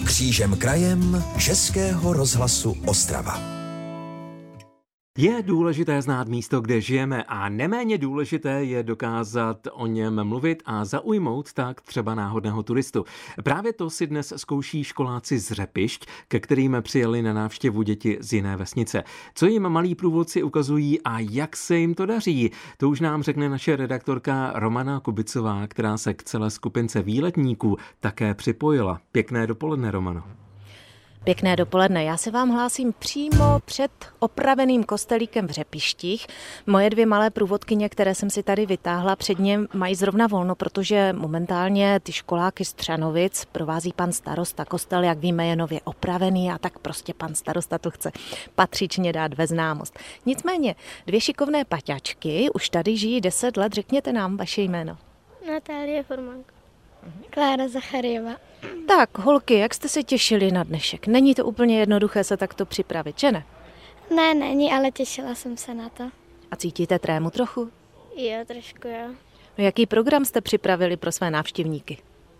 Křížem krajem Českého rozhlasu Ostrava. Je důležité znát místo, kde žijeme a neméně důležité je dokázat o něm mluvit a zaujmout tak třeba náhodného turistu. Právě to si dnes zkouší školáci z Řepišť, ke kterým přijeli na návštěvu děti z jiné vesnice. Co jim malí průvodci ukazují a jak se jim to daří, to už nám řekne naše redaktorka Romana Kubicová, která se k celé skupince výletníků také připojila. Pěkné dopoledne, Romano. Pěkné dopoledne. Já se vám hlásím přímo před opraveným kostelíkem v Řepištích. Moje dvě malé průvodkyně, které jsem si tady vytáhla, před ním mají zrovna volno, protože momentálně ty školáky z Třanovic provází pan starosta. Kostel, jak víme, je nově opravený a tak prostě pan starosta to chce patřičně dát ve známost. Nicméně, dvě šikovné paťačky už tady žijí 10 let. Řekněte nám vaše jméno. Natálie Formánko. Klára Zacharieva. Tak, holky, jak jste se těšili na dnešek? Není to úplně jednoduché se takto připravit, že ne? Ne, není, ale těšila jsem se na to. A cítíte trému trochu? Jo, trošku jo. No, jaký program jste připravili pro své návštěvníky?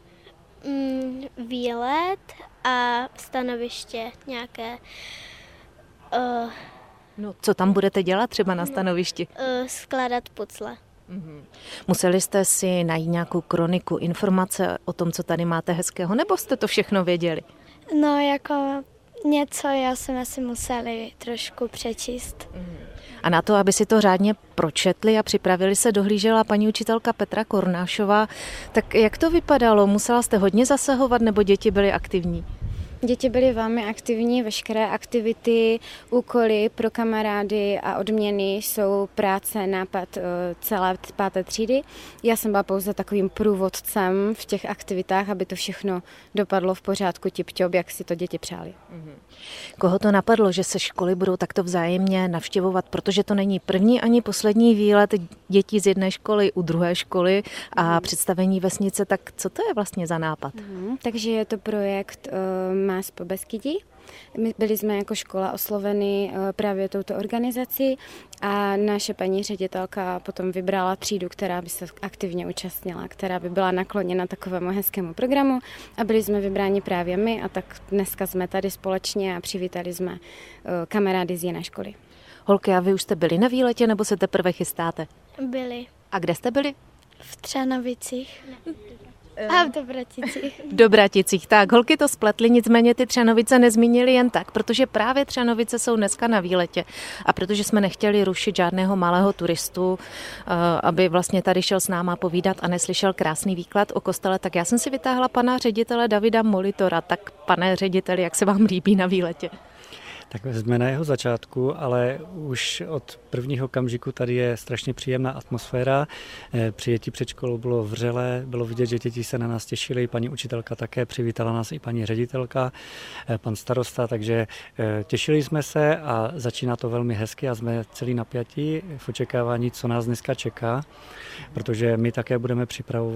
Výlet a stanoviště nějaké. No, co tam budete dělat třeba na stanovišti? Skládat pucle. Museli jste si najít nějakou kroniku, informace o tom, co tady máte hezkého, nebo jste to všechno věděli? No, jako něco já jsme si museli trošku přečíst. A na to, aby si to řádně pročetli a připravili se, dohlížela paní učitelka Petra Kornášová. Tak jak to vypadalo? Musela jste hodně zasahovat, nebo děti byly aktivní? Děti byly velmi aktivní, veškeré aktivity, úkoly pro kamarády a odměny jsou práce, nápad celé 5. třídy. Já jsem byla pouze takovým průvodcem v těch aktivitách, aby to všechno dopadlo v pořádku tip-top, jak si to děti přáli. Koho to napadlo, že se školy budou takto vzájemně navštěvovat, protože to není první ani poslední výlet dětí z jedné školy u druhé školy a představení vesnice, tak co to je vlastně za nápad? Takže je to projekt Más po Beskydí. My byli jsme jako škola osloveni právě touto organizací a naše paní ředitelka potom vybrala třídu, která by se aktivně účastnila, která by byla nakloněna takovému hezkému programu a byli jsme vybráni právě my a tak dneska jsme tady společně a přivítali jsme kamarády z jiné školy. Holky, a vy už jste byli na výletě nebo se teprve chystáte? Byli. A kde jste byli? V Třanovicích. A v Dobraticích. V Dobraticích, tak, holky to spletly, nicméně ty Třanovice nezmínili jen tak, protože právě Třanovice jsou dneska na výletě a protože jsme nechtěli rušit žádného malého turistu, aby vlastně tady šel s náma povídat a neslyšel krásný výklad o kostele, tak já jsem si vytáhla pana ředitele Davida Molitora. Tak pane řediteli, jak se vám líbí na výletě? Tak jsme na jeho začátku, ale už od prvního okamžiku tady je strašně příjemná atmosféra. Přijetí před školou bylo vřelé, bylo vidět, že děti se na nás těšily, paní učitelka také, přivítala nás i paní ředitelka, pan starosta, takže těšili jsme se a začíná to velmi hezky a jsme celý napjatí v očekávání, co nás dneska čeká, protože my také budeme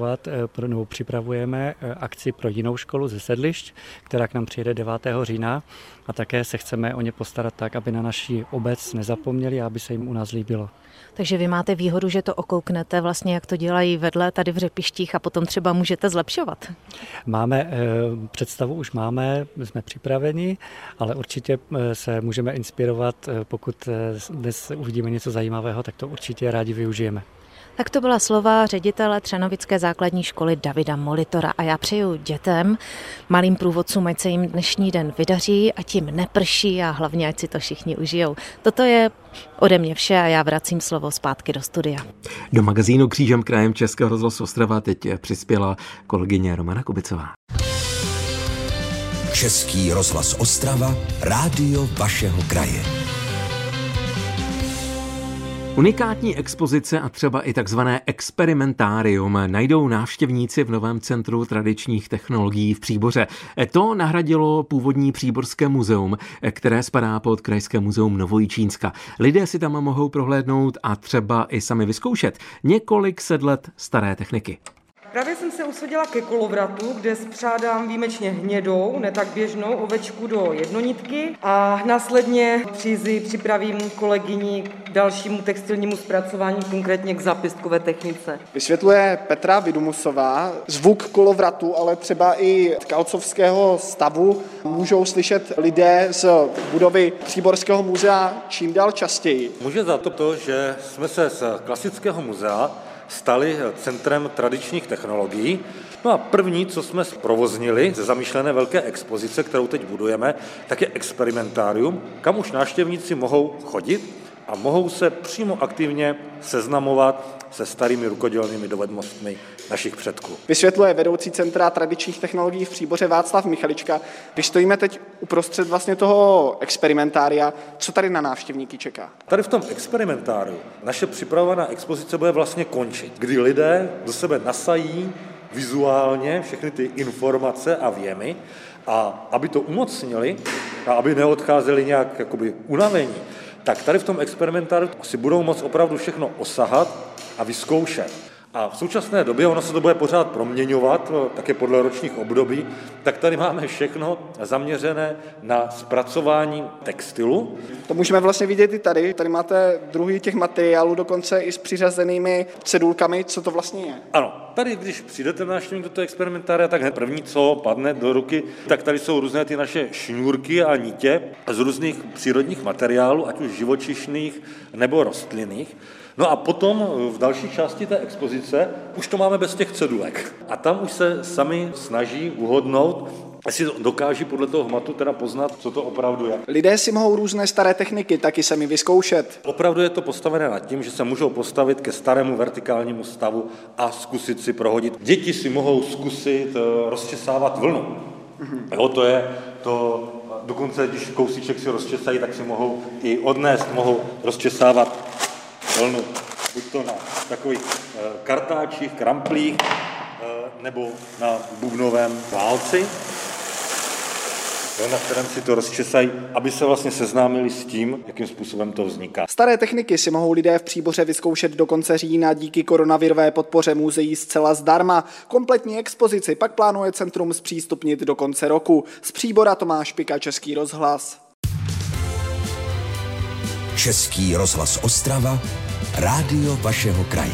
připravujeme akci pro jinou školu ze Sedlišť, která k nám přijede 9. října a také se chceme o ně postarat tak, aby na naši obec nezapomněli a aby se jim u nás líbilo. Takže vy máte výhodu, že to okouknete vlastně, jak to dělají vedle tady v Řepištích a potom třeba můžete zlepšovat. Máme, představu už máme, jsme připraveni, ale určitě se můžeme inspirovat, pokud dnes uvidíme něco zajímavého, tak to určitě rádi využijeme. Tak to byla slova ředitele Třanovické základní školy Davida Molitora a já přeju dětem, malým průvodcům, ať se jim dnešní den vydaří, ať jim neprší a hlavně ať si to všichni užijou. Toto je ode mě vše a já vracím slovo zpátky do studia. Do magazínu Křížem krajem Českého rozhlasu Ostrava teď přispěla kolegyně Romana Kubicová. Český rozhlas Ostrava, rádio vašeho kraje. Unikátní expozice a třeba i takzvané experimentárium najdou návštěvníci v novém centru tradičních technologií v Příboře. To nahradilo původní Příborské muzeum, které spadá pod Krajské muzeum Novojičínska. Lidé si tam mohou prohlédnout a třeba i sami vyzkoušet několik set let staré techniky. Právě jsem se usadila ke kolovratu, kde spřádám výjimečně hnědou, ne tak běžnou ovečku do jednonitky a následně připravím kolegyni k dalšímu textilnímu zpracování, konkrétně k zápěstkové technice. Vysvětluje Petra Vidumusová. Zvuk kolovratu, ale třeba i tkalcovského stavu můžou slyšet lidé z budovy Příborského muzea čím dál častěji. Může za to, že jsme se z klasického muzea stali centrem tradičních technologií. No a první, co jsme zprovoznili ze zamýšlené velké expozice, kterou teď budujeme, tak je experimentárium, kam už návštěvníci mohou chodit a mohou se přímo aktivně seznamovat se starými rukodělnými dovednostmi našich předků. Vysvětluje vedoucí centra tradičních technologií v Příboře Václav Michalička. Když stojíme teď uprostřed vlastně toho experimentária, co tady na návštěvníky čeká? Tady v tom experimentáriu naše připravovaná expozice bude vlastně končit, kdy lidé do sebe nasají vizuálně všechny ty informace a vjemy a aby to umocnili a aby neodcházeli nějak jakoby unavení, tak tady v tom experimentáriu si budou moct opravdu všechno osahat a vyzkoušet. A v současné době, ono se to bude pořád proměňovat, také podle ročních období, tak tady máme všechno zaměřené na zpracování textilu. To můžeme vlastně vidět i tady. Tady máte druhy těch materiálů, dokonce i s přiřazenými cedulkami, co to vlastně je. Ano, tady, když přijdete návštěvník do toho experimentária, tak hned první, co padne do ruky, tak tady jsou různé ty naše šňůrky a nitě z různých přírodních materiálů, ať už živočišných nebo rostlinných. No a potom v další části té expozice už to máme bez těch cedulek. A tam už se sami snaží uhodnout, jestli dokáží podle toho hmatu teda poznat, co to opravdu je. Lidé si mohou různé staré techniky taky sami vyzkoušet. Opravdu je to postavené nad tím, že se můžou postavit ke starému vertikálnímu stavu a zkusit si prohodit. Děti si mohou zkusit rozčesávat vlnu. Jo, to je to, dokonce když kousíček si rozčesají, tak si mohou i odnést, mohou rozčesávat vlnu, buď to na takových kartáčích, kramplích, nebo na bubnovém válci, na kterém si to rozčesají, aby se vlastně seznámili s tím, jakým způsobem to vzniká. Staré techniky si mohou lidé v Příboře vyzkoušet do konce října díky koronavirové podpoře muzeí zcela zdarma. Kompletní expozici pak plánuje centrum zpřístupnit do konce roku. Z Příbora Tomáš Pika, Český rozhlas. Český rozhlas Ostrava, rádio vašeho kraje.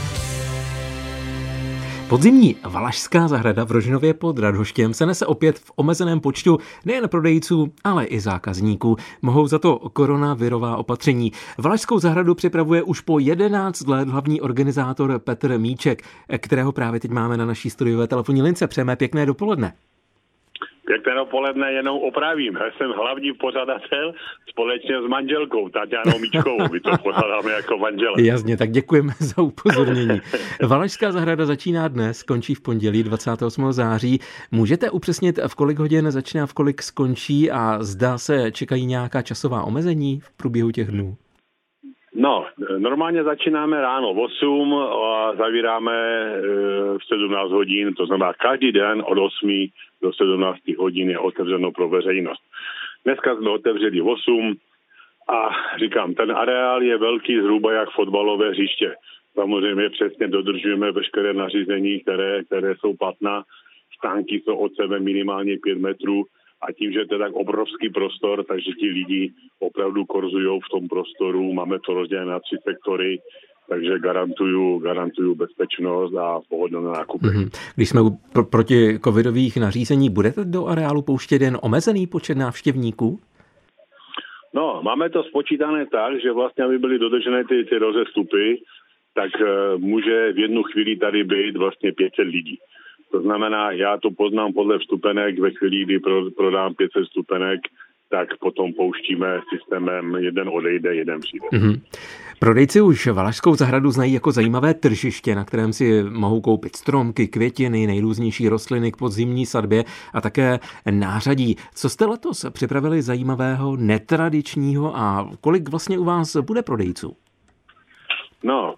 Podzimní Valašská zahrada v Rožnově pod Radhoštěm se nese opět v omezeném počtu nejen prodejců, ale i zákazníků. Mohou za to koronavirová opatření. Valašskou zahradu připravuje už po 11 let hlavní organizátor Petr Míček, kterého právě teď máme na naší studiové telefonní lince. Přejeme pěkné dopoledne. Pěkné dopoledne, jenom opravím. Já jsem hlavní pořadatel společně s manželkou Tatianou Míčkovou. My to pořádáme jako manžele. Jasně, tak děkujeme za upozornění. Valašská zahrada začíná dnes, končí v pondělí 28. září. Můžete upřesnit, v kolik hodin začne a v kolik skončí a zda se čekají nějaká časová omezení v průběhu těch dnů? No, normálně začínáme ráno v 8 a zavíráme v 17 hodin, to znamená každý den od 8 do 17 hodin je otevřeno pro veřejnost. Dneska jsme otevřeli v 8 a říkám, ten areál je velký zhruba jak fotbalové hřiště. Samozřejmě přesně dodržujeme veškeré nařízení, které jsou platná. Stánky jsou od sebe minimálně 5 metrů. A tím, že to je tak obrovský prostor, takže ti lidi opravdu korzujou v tom prostoru. Máme to rozdělené na 3 sektory, takže garantuju bezpečnost a pohodlné nákupy. Když jsme proti covidových nařízení, budete do areálu pouštět jen omezený počet návštěvníků? No, máme to spočítané tak, že vlastně, aby byly dodržené ty rozestupy, tak může v jednu chvíli tady být vlastně 500 lidí. To znamená, já to poznám podle vstupenek, ve chvíli, kdy prodám 500 vstupenek, tak potom pouštíme systémem jeden odejde, jeden přijde. Prodejci už Valašskou zahradu znají jako zajímavé tržiště, na kterém si mohou koupit stromky, květiny, nejrůznější rostliny k podzimní sadbě a také nářadí. Co jste letos připravili zajímavého, netradičního a kolik vlastně u vás bude prodejců? No,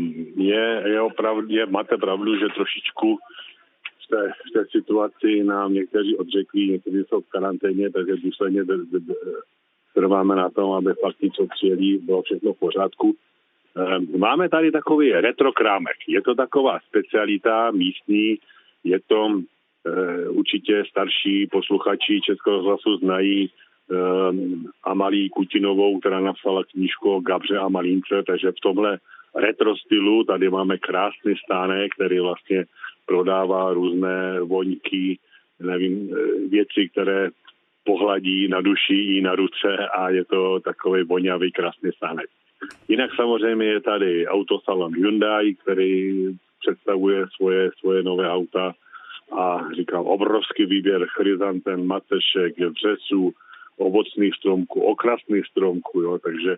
máte pravdu, že trošičku v té situaci nám někteří odřekli, někteří jsou v karanténě, takže důsledně trváme na tom, aby fakt co přijeli, bylo všechno v pořádku. Máme tady takový retrokrámek. Je to taková specialita místní, je to určitě starší posluchači Českého rozhlasu znají Amalii Kutinovou, která napsala knížku o Gabře a Malínce, takže v tomhle retro stylu tady máme krásný stánek, který vlastně prodává různé voňky, nevím, věci, které pohladí na duši i na ruce a je to takový voňavý krásný stánek. Jinak samozřejmě je tady autosalon Hyundai, který představuje svoje nové auta a říkám, obrovský výběr chryzanten, matešek, vřesů, ovocných stromků, okrasných stromků, jo, takže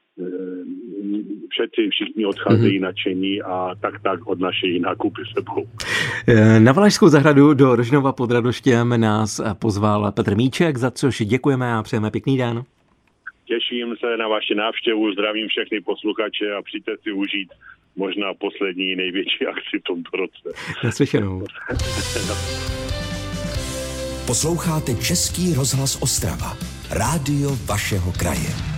všichni odcházejí nadšení a tak odnášejí nákupy sebou. Na Valašskou zahradu do Rožnova pod Radoštěm nás pozval Petr Míček, za což děkujeme a přejeme pěkný den. Těším se na vaši návštěvu, zdravím všechny posluchače a přijďte si užít možná poslední největší akci v tomto roce. Naslyšenou. Posloucháte Český rozhlas Ostrava, rádio vašeho kraje.